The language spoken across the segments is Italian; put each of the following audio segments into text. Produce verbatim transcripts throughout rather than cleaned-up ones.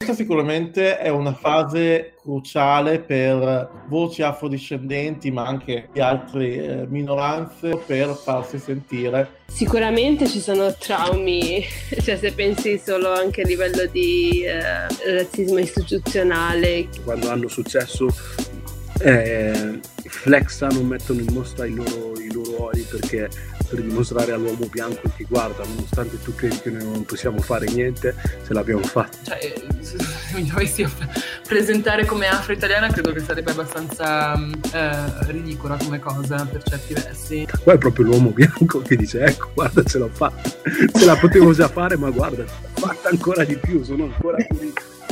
Questa sicuramente è una fase cruciale per voci afrodiscendenti, ma anche di altre eh, minoranze, per farsi sentire. Sicuramente ci sono traumi, cioè se pensi solo anche a livello di eh, razzismo istituzionale. Quando hanno successo eh, flexano, mettono in mostra i loro, i loro ori perché per dimostrare all'uomo bianco che guarda, nonostante tu credi che noi non possiamo fare niente, se l'abbiamo fatto. Cioè, se mi dovessi presentare come afro-italiana credo che sarebbe abbastanza eh, ridicola come cosa per certi versi. Poi è proprio l'uomo bianco che dice ecco guarda ce l'ho fatta, ce la potevo già fare ma guarda, fatta ancora di più, sono ancora più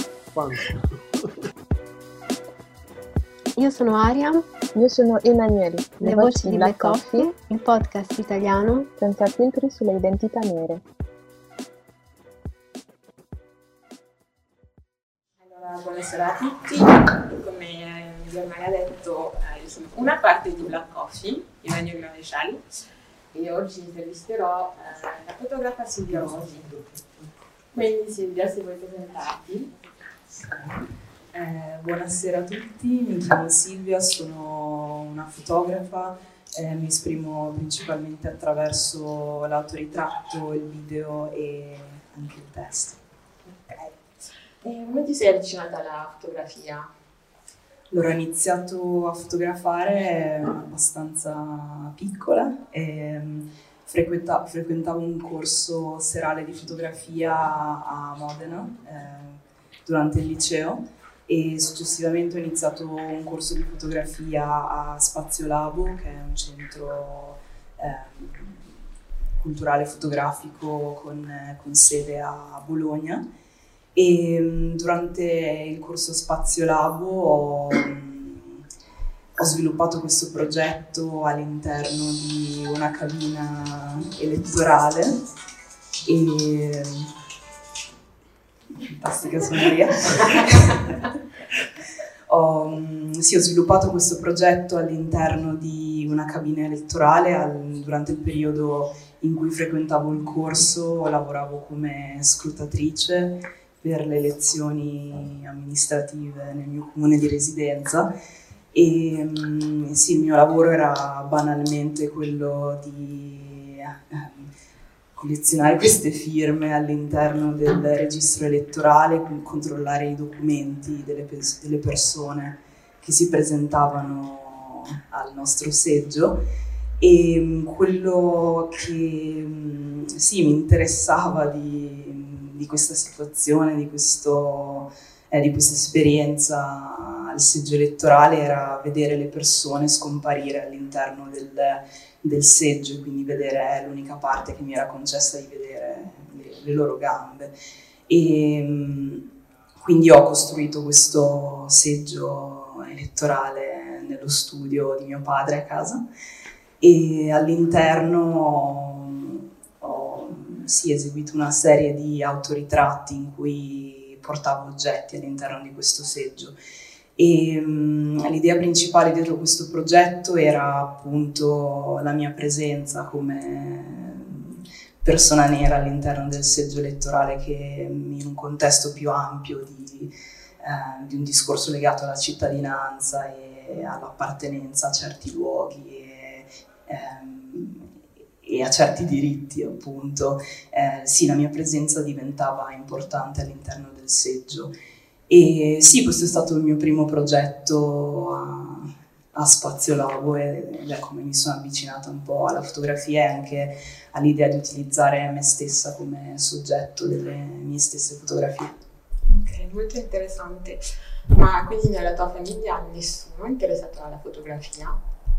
Io sono Aria. Io sono Emanuele. Le, Le voci di Black Coffee, Coffee, il podcast italiano senza filtri sulle identità nere. Allora, buonasera a tutti. Come Giornale ha detto, eh, io sono una parte di Black Coffee, Emanuele Marescialli, e oggi intervisterò eh, la fotografa Silvia Rosi. Quindi Silvia, se vuoi presentarti. Eh, buonasera a tutti, mi chiamo Silvia, sono una fotografa, eh, mi esprimo principalmente attraverso l'autoritratto, il video e anche il testo. Ok. E come ti sei avvicinata alla fotografia? Allora, ho iniziato a fotografare abbastanza piccola e frequenta- frequentavo un corso serale di fotografia a Modena eh, durante il liceo. E successivamente ho iniziato un corso di fotografia a Spazio Labo, che è un centro eh, culturale fotografico con, con sede a Bologna. E durante il corso Spazio Labo ho, ho sviluppato questo progetto all'interno di una cabina elettorale e fantastica suoneria. ho, sì, ho sviluppato questo progetto all'interno di una cabina elettorale al, durante il periodo in cui frequentavo il corso, lavoravo come scrutatrice per le elezioni amministrative nel mio comune di residenza e sì, il mio lavoro era banalmente quello di eh, collezionare queste firme all'interno del registro elettorale, controllare i documenti delle, pe- delle persone che si presentavano al nostro seggio e quello che sì, mi interessava di, di questa situazione, di, questo, eh, di questa esperienza al seggio elettorale era vedere le persone scomparire all'interno del del seggio, quindi vedere l'unica parte che mi era concessa di vedere le, le loro gambe. E quindi ho costruito questo seggio elettorale nello studio di mio padre a casa e all'interno ho, ho sì, eseguito una serie di autoritratti in cui portavo oggetti all'interno di questo seggio. E um, l'idea principale dietro questo progetto era appunto la mia presenza come persona nera all'interno del seggio elettorale che in un contesto più ampio di, eh, di un discorso legato alla cittadinanza e all'appartenenza a certi luoghi e, ehm, e a certi diritti appunto. Eh, sì, la mia presenza diventava importante all'interno del seggio. E sì, questo è stato il mio primo progetto a, a Spazio Labo ed è come mi sono avvicinata un po' alla fotografia e anche all'idea di utilizzare me stessa come soggetto delle mie stesse fotografie. Ok, molto interessante. Ma quindi nella tua famiglia nessuno è interessato alla fotografia?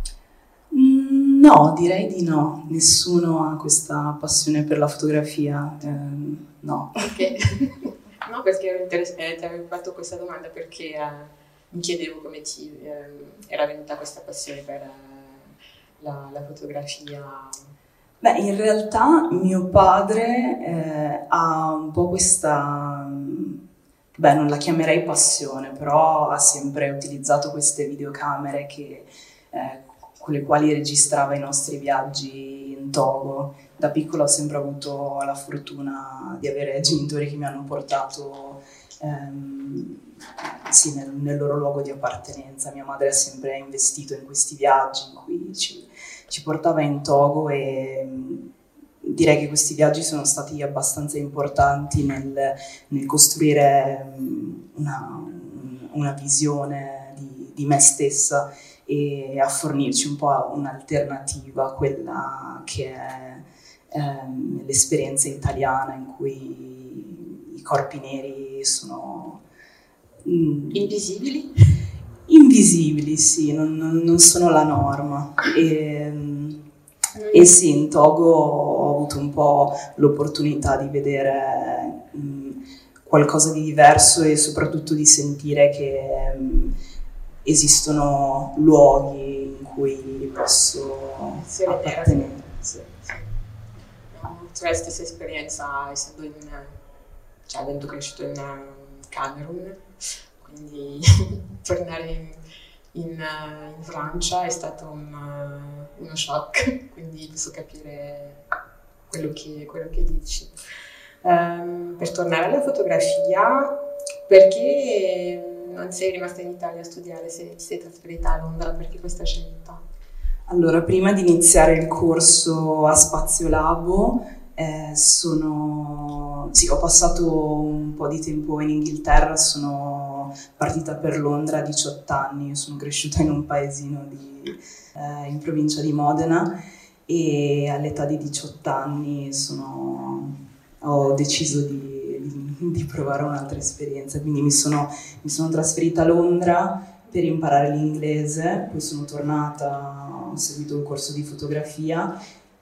Mm, no, direi di no. Nessuno ha questa passione per la fotografia. Eh, no. Ok. No, perché ero interess- eh, ti avevo fatto questa domanda perché eh, mi chiedevo come ti eh, era venuta questa passione per eh, la, la fotografia. Beh, in realtà mio padre eh, ha un po' questa, beh, non la chiamerei passione, però ha sempre utilizzato queste videocamere che, eh, con le quali registrava i nostri viaggi in Togo. Da piccola ho sempre avuto la fortuna di avere genitori che mi hanno portato ehm, sì, nel, nel loro luogo di appartenenza. Mia madre ha sempre investito in questi viaggi in cui ci, ci portava in Togo e direi che questi viaggi sono stati abbastanza importanti nel, nel costruire una, una visione di, di me stessa e a fornirci un po' un'alternativa a quella che è ehm, l'esperienza italiana in cui i corpi neri sono mm, invisibili? Invisibili, sì, non, non, non sono la norma. E, e sì, in Togo ho avuto un po' l'opportunità di vedere mh, qualcosa di diverso e soprattutto di sentire che mh, esistono luoghi in cui posso appartenere. Sì. Tu hai la stessa esperienza essendo in, cioè avendo cresciuto in Camerun, quindi tornare in, in, in Francia è stato un, uno shock, quindi posso capire quello che, quello che dici. Um, per tornare alla fotografia, perché non sei rimasta in Italia a studiare, sei, sei trasferita a Londra, perché questa scelta? Allora, prima di iniziare il corso a Spazio Labo, eh, sono... sì, ho passato un po' di tempo in Inghilterra, sono partita per Londra a diciotto anni, io sono cresciuta in un paesino di, eh, in provincia di Modena e all'età di diciotto anni sono... ho deciso di, di, di provare un'altra esperienza, quindi mi sono, mi sono trasferita a Londra per imparare l'inglese, poi sono tornata, ho seguito il corso di fotografia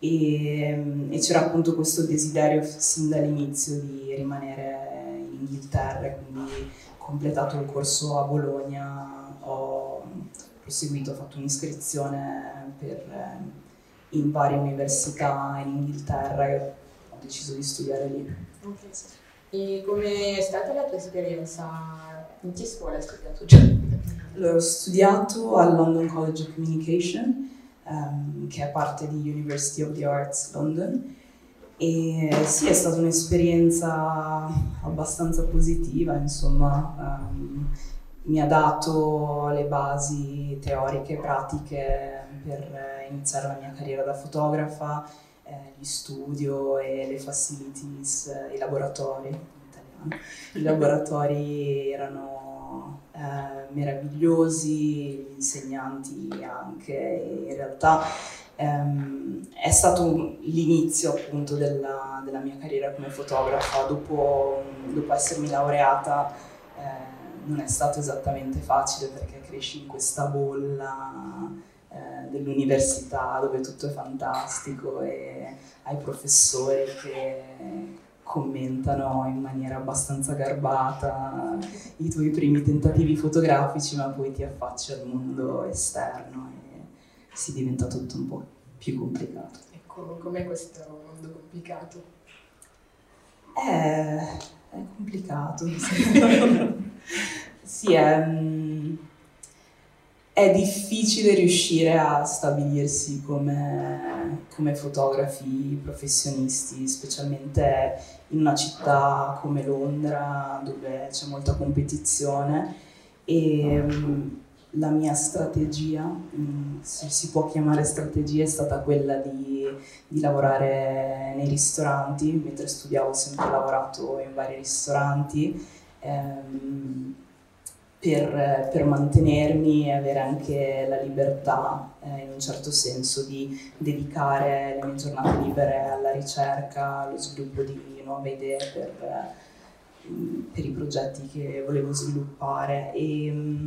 e, e c'era appunto questo desiderio sin dall'inizio di rimanere in Inghilterra, quindi ho completato il corso a Bologna, ho proseguito, ho fatto un'iscrizione per, in varie università in Inghilterra e ho deciso di studiare lì. Okay. E come è stata la tua esperienza? In che scuola hai studiato già? Allora, ho studiato al London College of Communication, um, che è parte di University of the Arts London, e sì, è stata un'esperienza abbastanza positiva, insomma, um, mi ha dato le basi teoriche e pratiche per iniziare la mia carriera da fotografa, eh, gli studio e le facilities, eh, i laboratori, in italiano. I laboratori erano Eh, meravigliosi, gli insegnanti anche, e in realtà ehm, è stato l'inizio appunto della, della mia carriera come fotografa. Dopo, dopo essermi laureata eh, non è stato esattamente facile perché cresci in questa bolla eh, dell'università dove tutto è fantastico e hai professori che commentano in maniera abbastanza garbata i tuoi primi tentativi fotografici, ma poi ti affacci al mondo esterno e si diventa tutto un po' più complicato. Ecco, com'è questo mondo complicato? È, è complicato. Sì, è, è difficile riuscire a stabilirsi come, come fotografi professionisti, specialmente in una città come Londra dove c'è molta competizione e um, la mia strategia, um, se si può chiamare strategia, è stata quella di, di lavorare nei ristoranti. Mentre studiavo ho sempre lavorato in vari ristoranti um, per, per mantenermi e avere anche la libertà eh, in un certo senso di dedicare le mie giornate libere alla ricerca, allo sviluppo di nuove idee per, per i progetti che volevo sviluppare. E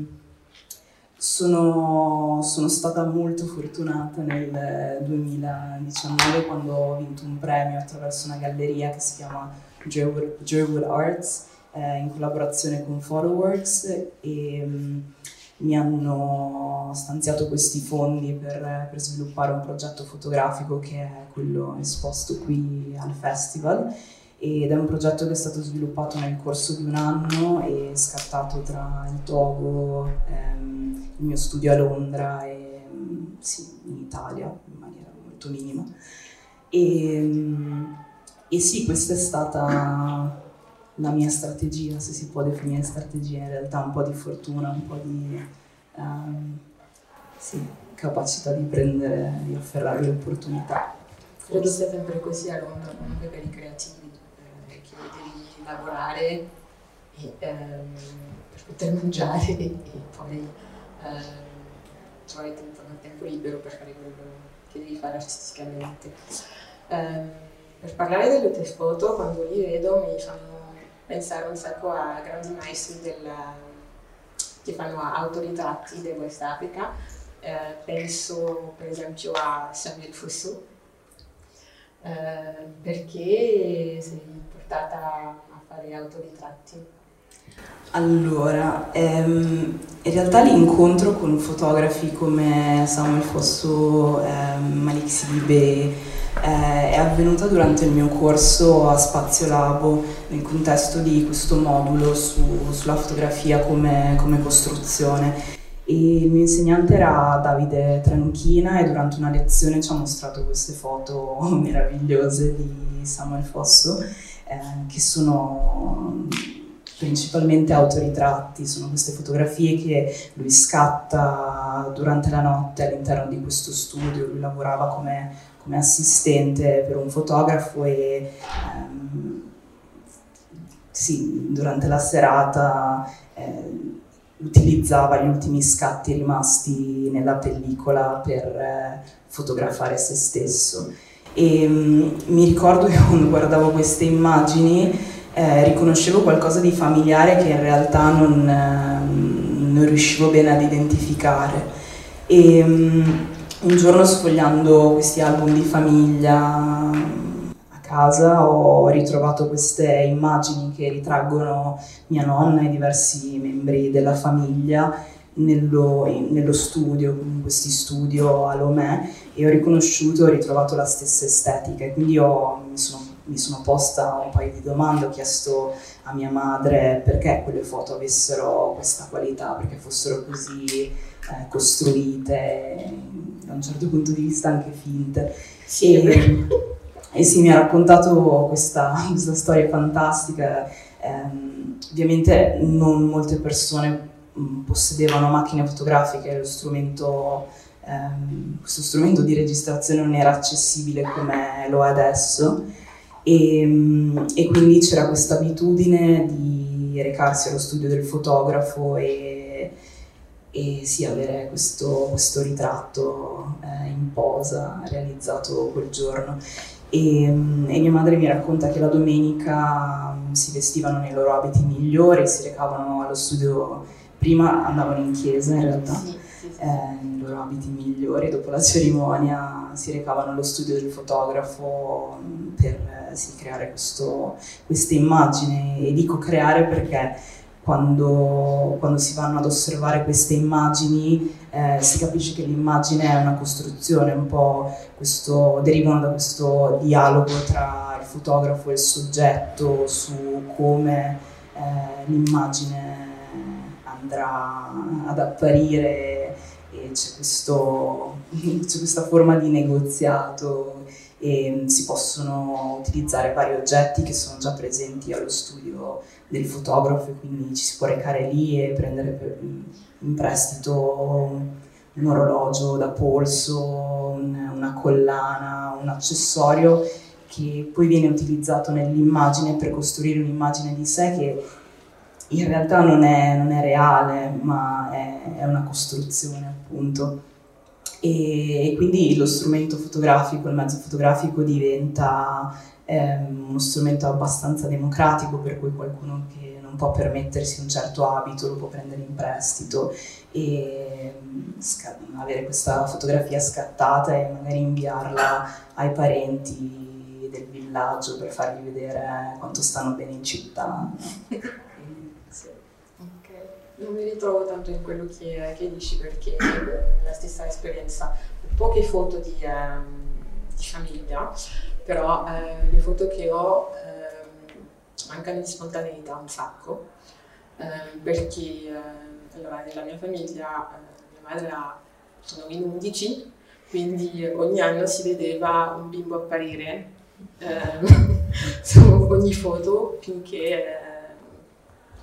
sono, sono stata molto fortunata nel duemiladiciannove quando ho vinto un premio attraverso una galleria che si chiama Jerwood Arts eh, in collaborazione con Photoworks e um, mi hanno stanziato questi fondi per, per sviluppare un progetto fotografico che è quello esposto qui al festival, ed è un progetto che è stato sviluppato nel corso di un anno e scattato tra il Togo, ehm, il mio studio a Londra e sì, in Italia in maniera molto minima. E, e sì, questa è stata la mia strategia, se si può definire strategia, in realtà un po' di fortuna, un po' di um, sì, capacità di prendere, di afferrare le opportunità. Credo sia sempre così a Londra, comunque per i creativi, eh, che devi lavorare e, ehm, per poter mangiare e, e poi ehm, trovare tempo, tempo libero per fare quello che devi fare artisticamente. Um, per parlare delle tue foto, quando li vedo mi fanno pensare un sacco a grandi maestri del, che fanno autoritratti del West Africa. Uh, penso per esempio a Samuel Fosso, uh, perché sei portata a fare autoritratti? Allora, ehm, in realtà l'incontro con fotografi come Samuel Fosso, ehm, Malik Sidibe, eh, è avvenuta durante il mio corso a Spazio Labo, nel contesto di questo modulo su, sulla fotografia come, come costruzione. E il mio insegnante era Davide Tranchina e durante una lezione ci ha mostrato queste foto meravigliose di Samuel Fosso, eh, che sono principalmente autoritratti. Sono queste fotografie che lui scatta durante la notte all'interno di questo studio. Lui lavorava come, come assistente per un fotografo e ehm, sì, durante la serata eh, utilizzava gli ultimi scatti rimasti nella pellicola per eh, fotografare se stesso. E um, mi ricordo che quando guardavo queste immagini Eh, riconoscevo qualcosa di familiare che in realtà non, eh, non riuscivo bene ad identificare. E um, un giorno, sfogliando questi album di famiglia a casa, ho ritrovato queste immagini che ritraggono mia nonna e diversi membri della famiglia nello, in, nello studio, in questi studio a Lomé, e ho riconosciuto, ho ritrovato la stessa estetica, e quindi ho, mi sono mi sono posta un paio di domande, ho chiesto a mia madre perché quelle foto avessero questa qualità, perché fossero così eh, costruite, da un certo punto di vista anche finte. Sì, e, e sì, mi ha raccontato questa, questa storia fantastica. Eh, ovviamente non molte persone mh, possedevano macchine fotografiche, lo strumento, ehm, questo strumento di registrazione non era accessibile come lo è adesso. E, e quindi c'era questa abitudine di recarsi allo studio del fotografo e, e sì, avere questo, questo ritratto eh, in posa realizzato quel giorno. E, e mia madre mi racconta che la domenica si vestivano nei loro abiti migliori, si recavano allo studio, prima andavano in chiesa in realtà, sì, sì, sì. Eh, nei loro abiti migliori, dopo la cerimonia si recavano allo studio del fotografo per sì, creare questo, queste immagini. E dico creare perché quando, quando si vanno ad osservare queste immagini eh, si capisce che l'immagine è una costruzione, un po' questo, derivano da questo dialogo tra il fotografo e il soggetto su come eh, l'immagine andrà ad apparire, e c'è, questo, c'è questa forma di negoziato e si possono utilizzare vari oggetti che sono già presenti allo studio del fotografo, e quindi ci si può recare lì e prendere per, in prestito un orologio da polso, un, una collana, un accessorio che poi viene utilizzato nell'immagine per costruire un'immagine di sé che in realtà non è, non è reale, ma è, è una costruzione, appunto. E, e quindi lo strumento fotografico, il mezzo fotografico diventa ehm, uno strumento abbastanza democratico, per cui qualcuno che non può permettersi un certo abito lo può prendere in prestito e sca- avere questa fotografia scattata e magari inviarla ai parenti del villaggio per fargli vedere quanto stanno bene in città. Non mi ritrovo tanto in quello che, che dici, perché ho la stessa esperienza, poche foto di, um, di famiglia, però eh, le foto che ho eh, mancano di spontaneità un sacco, eh, perché eh, allora, nella mia famiglia eh, mia madre ha, sono in undici, quindi ogni anno si vedeva un bimbo apparire eh, su ogni foto finché... Eh,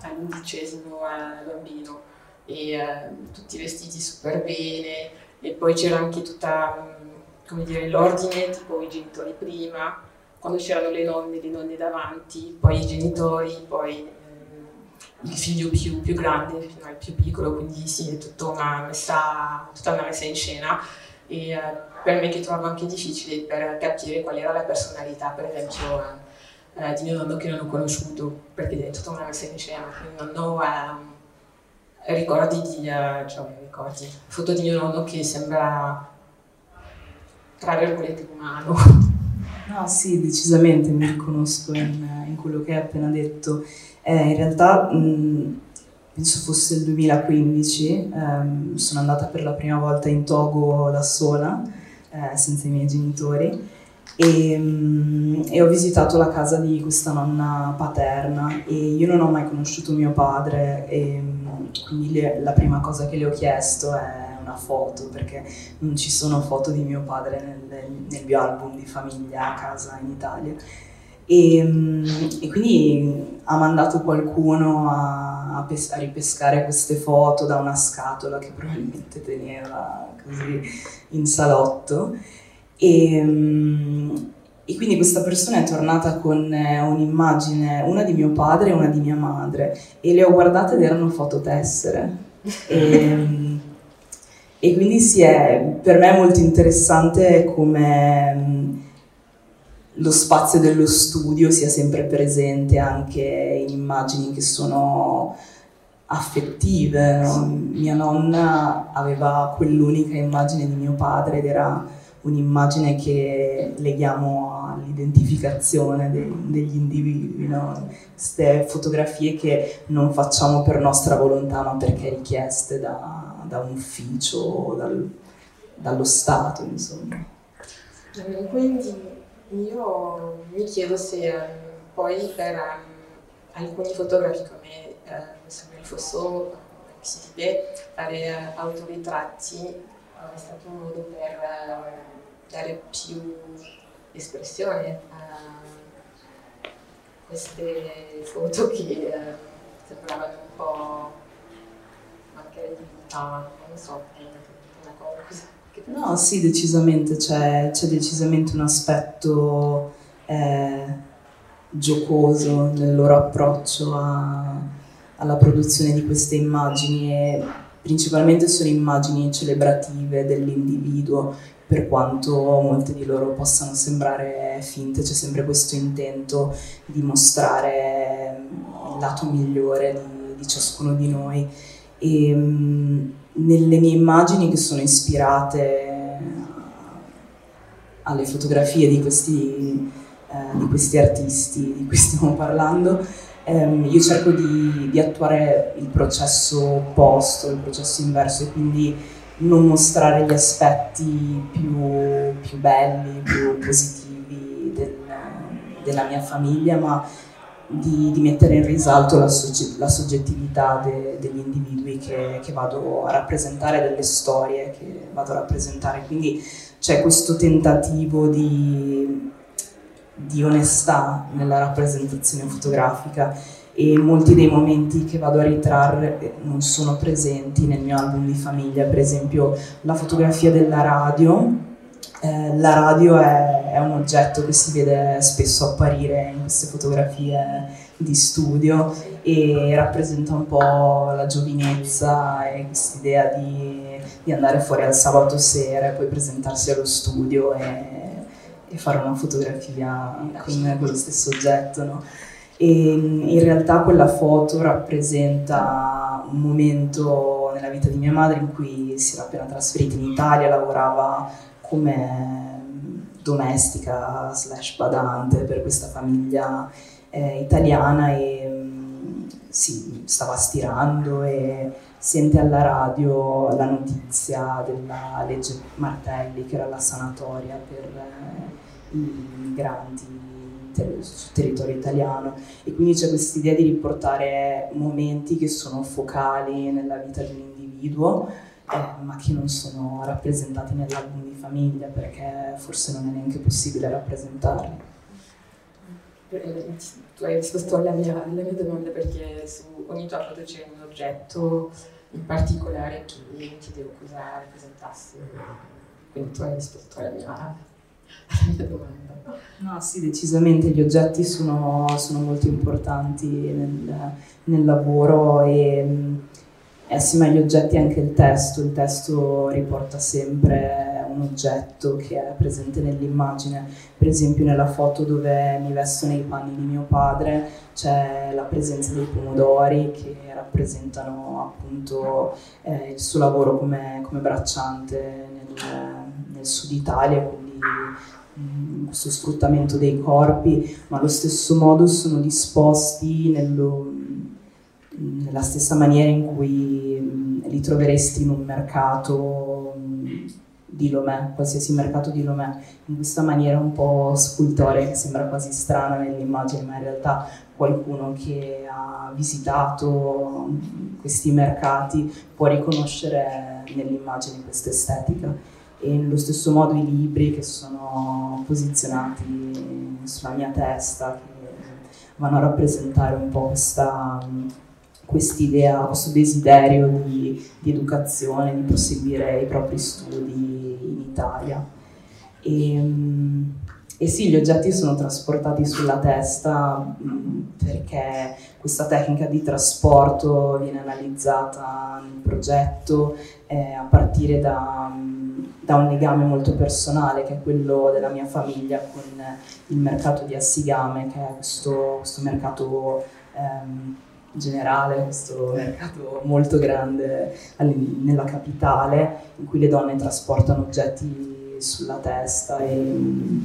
all'undicesimo eh, bambino e eh, tutti vestiti super bene, e poi c'era anche tutta, mh, come dire, l'ordine, tipo i genitori prima, quando c'erano le nonne, le nonne davanti, poi i genitori, poi ehm, il figlio più, più grande fino al più piccolo, quindi sì, è tutta una messa, tutta una messa in scena. E eh, per me, che trovo anche difficile per capire qual era la personalità, per esempio, eh, di mio nonno, che non ho conosciuto, perché è tutta una messa in scena, quindi non ho eh, ricordi di, eh, cioè ricordi, foto di mio nonno che sembra, tra virgolette, umano. No, sì, decisamente mi riconosco in, in quello che hai appena detto. Eh, in realtà, mh, penso fosse il duemilaquindici, ehm, sono andata per la prima volta in Togo da sola, eh, senza i miei genitori, e, mh, e ho visitato la casa di questa nonna paterna, e io non ho mai conosciuto mio padre, e mh, quindi le, la prima cosa che le ho chiesto è una foto, perché non ci sono foto di mio padre nel, nel mio album di famiglia a casa in Italia. E, e quindi ha mandato qualcuno a, a, pes- a ripescare queste foto da una scatola che probabilmente teneva così in salotto, e, e quindi questa persona è tornata con un'immagine, una di mio padre e una di mia madre, e le ho guardate ed erano fototessere. E, e quindi sì, è, per me è molto interessante come lo spazio dello studio sia sempre presente anche in immagini che sono affettive, no? Mia nonna aveva quell'unica immagine di mio padre ed era un'immagine che leghiamo all'identificazione de- degli individui, no? Queste fotografie che non facciamo per nostra volontà, ma perché richieste da, da un ufficio o dal, dallo Stato, insomma. Quindi io mi chiedo se um, poi per um, alcuni fotografi come uh, Samuel Fosso, si vede, fare uh, autoritratti uh, è stato un modo per uh, dare più espressione a queste foto che uh, sembravano un po' mancare di vita, non so, una cosa. No, sì, decisamente, c'è, c'è decisamente un aspetto eh, giocoso nel loro approccio a, alla produzione di queste immagini, e principalmente sono immagini celebrative dell'individuo, per quanto molte di loro possano sembrare finte. C'è sempre questo intento di mostrare il lato migliore di, di ciascuno di noi. E, mh, nelle mie immagini, che sono ispirate alle fotografie di questi, eh, di questi artisti di cui stiamo parlando, ehm, io cerco di, di attuare il processo opposto, il processo inverso, e quindi non mostrare gli aspetti più, più belli, più positivi del, della mia famiglia, ma Di, di mettere in risalto la, sogge- la soggettività de- degli individui che, che vado a rappresentare, delle storie che vado a rappresentare. Quindi c'è questo tentativo di, di onestà nella rappresentazione fotografica, e molti dei momenti che vado a ritrarre non sono presenti nel mio album di famiglia. Per esempio la fotografia della radio. Eh, la radio è, è un oggetto che si vede spesso apparire in queste fotografie di studio, e rappresenta un po' la giovinezza e quest'idea di, di andare fuori al sabato sera e poi presentarsi allo studio e, e fare una fotografia con quello stesso oggetto, no? E in realtà quella foto rappresenta un momento nella vita di mia madre in cui si era appena trasferita in Italia, lavorava come domestica slash badante per questa famiglia eh, italiana, e mh, si stava stirando e sente alla radio la notizia della legge Martelli, che era la sanatoria per eh, i migranti ter- sul territorio italiano, e quindi c'è questa idea di riportare momenti che sono focali nella vita di un individuo, Eh, ma che non sono rappresentati nell'album di famiglia, perché forse non è neanche possibile rappresentarli. tu hai risposto alla mia, alla mia domanda, perché su ogni tua foto c'è un oggetto in particolare che mi chiedevo cosa rappresentassi. Quindi tu hai risposto alla mia, alla mia domanda. No, sì, decisamente gli oggetti sono, sono molto importanti nel, nel lavoro e e assieme agli oggetti anche il testo. Il testo riporta sempre un oggetto che è presente nell'immagine. Per esempio nella foto dove mi vesto nei panni di mio padre c'è la presenza dei pomodori che rappresentano appunto eh, il suo lavoro come, come bracciante nel, nel sud Italia, quindi mh, questo sfruttamento dei corpi, ma allo stesso modo sono disposti nello, nella stessa maniera in cui mh, li troveresti in un mercato mh, di Lomé, qualsiasi mercato di Lomé, in questa maniera un po' scultorea che sembra quasi strana nell'immagine, ma in realtà qualcuno che ha visitato questi mercati può riconoscere nell'immagine questa estetica. E nello stesso modo i libri che sono posizionati sulla mia testa, che vanno a rappresentare un po' questa quest'idea, questo desiderio di, di educazione, di proseguire i propri studi in Italia. E, e sì, gli oggetti sono trasportati sulla testa perché questa tecnica di trasporto viene analizzata nel progetto eh, a partire da, da un legame molto personale, che è quello della mia famiglia con il mercato di Assigame, che è questo, questo mercato ehm, generale, questo mercato molto grande nella capitale, in cui le donne trasportano oggetti sulla testa e,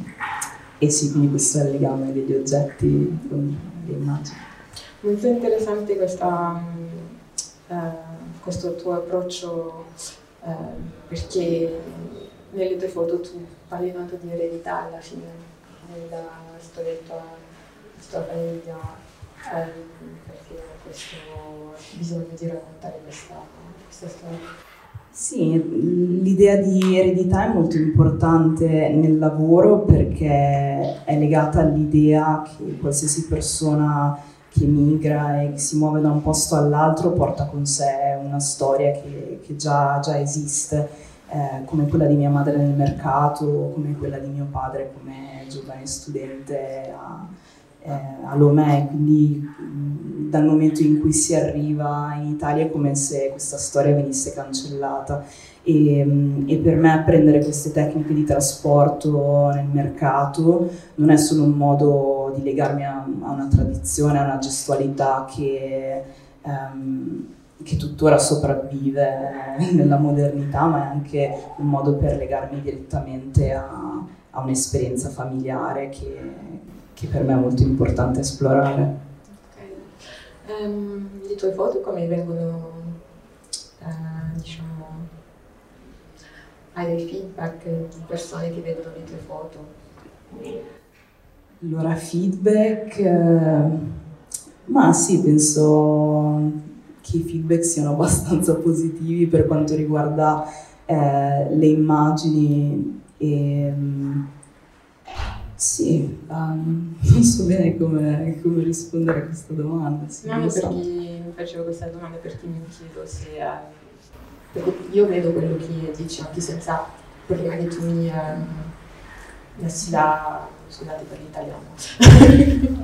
e sì, quindi questo è il legame degli oggetti con le immagini. Molto interessante questa, uh, questo tuo approccio, uh, perché nelle tue foto tu parli tanto di eredità alla fine, nella storia della tua, tua famiglia. Um, perché questo bisogno di raccontare questa, questa storia. Sì, l'idea di eredità è molto importante nel lavoro perché è legata all'idea che qualsiasi persona che migra e che si muove da un posto all'altro porta con sé una storia che, che già, già esiste, eh, come quella di mia madre nel mercato, come quella di mio padre come giovane studente a Eh, a Lomé, quindi mh, dal momento in cui si arriva in Italia è come se questa storia venisse cancellata e, mh, e per me prendere queste tecniche di trasporto nel mercato non è solo un modo di legarmi a, a una tradizione, a una gestualità che, um, che tuttora sopravvive nella modernità, ma è anche un modo per legarmi direttamente a, a un'esperienza familiare che che per me è molto importante esplorare. Okay. Um, le tue foto come vengono, uh, diciamo, hai dei feedback di persone che vedono le tue foto? Allora, feedback, eh, ma sì, penso che i feedback siano abbastanza positivi per quanto riguarda eh, le immagini e sì, um, non so bene come, come rispondere a questa domanda. Sì, no, perché so. Mi facevo questa domanda perché mi chiedo se... Uh, perché io vedo quello che dici anche senza... prima che tu mi uh, messi la... scusate per l'italiano.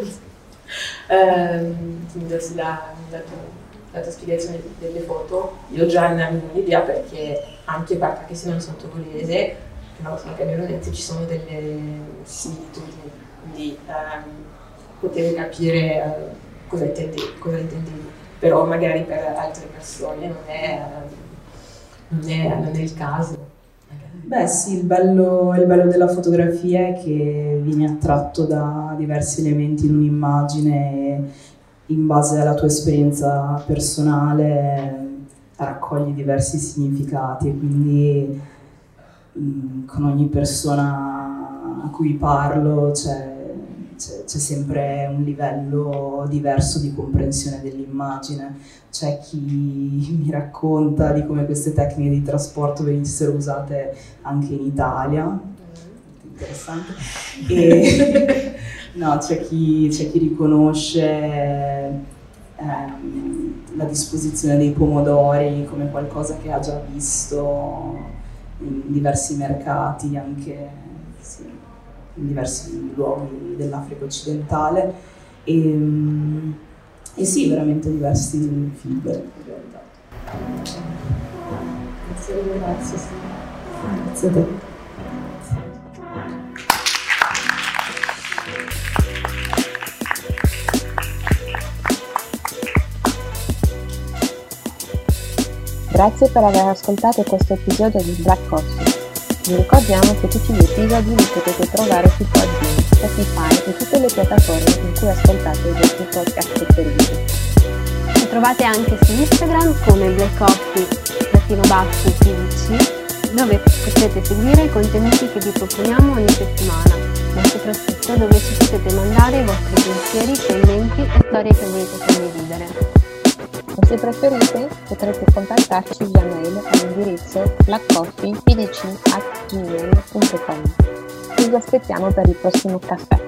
um, tu mi dassi la, la, tua, la tua spiegazione delle foto. Io già ne avevo un'idea perché anche, anche se non sono togolese, no, sono camerunese, ci sono delle similitudini, quindi um, potevo capire uh, cosa, intendevi, cosa intendevi, però magari per altre persone non è, uh, non è, non è il caso. Beh sì, il bello, il bello della fotografia è che vieni attratto da diversi elementi in un'immagine e in base alla tua esperienza personale raccogli diversi significati e quindi con ogni persona a cui parlo c'è, c'è, c'è sempre un livello diverso di comprensione dell'immagine. C'è chi mi racconta di come queste tecniche di trasporto venissero usate anche in Italia, interessante, e No, c'è chi, c'è chi riconosce ehm, la disposizione dei pomodori come qualcosa che ha già visto in diversi mercati, anche sì, in diversi luoghi dell'Africa occidentale. E, e sì, veramente diversi feedback in realtà. Grazie, grazie, sì. Grazie a te. Grazie per aver ascoltato questo episodio di Black Coffee. Vi ricordiamo che tutti gli episodi li potete trovare su Podbean, Spotify e tutte le piattaforme in cui ascoltate i vostri podcast preferiti. Ci trovate anche su Instagram come Black Coffee trattino basso P V C, dove potrete seguire i contenuti che vi proponiamo ogni settimana, ma soprattutto dove ci potete mandare i vostri pensieri, commenti e storie che volete condividere. O se preferite potrete contattarci via mail all'indirizzo blackcoffeepdc at gmail punto com. Vi aspettiamo per il prossimo caffè.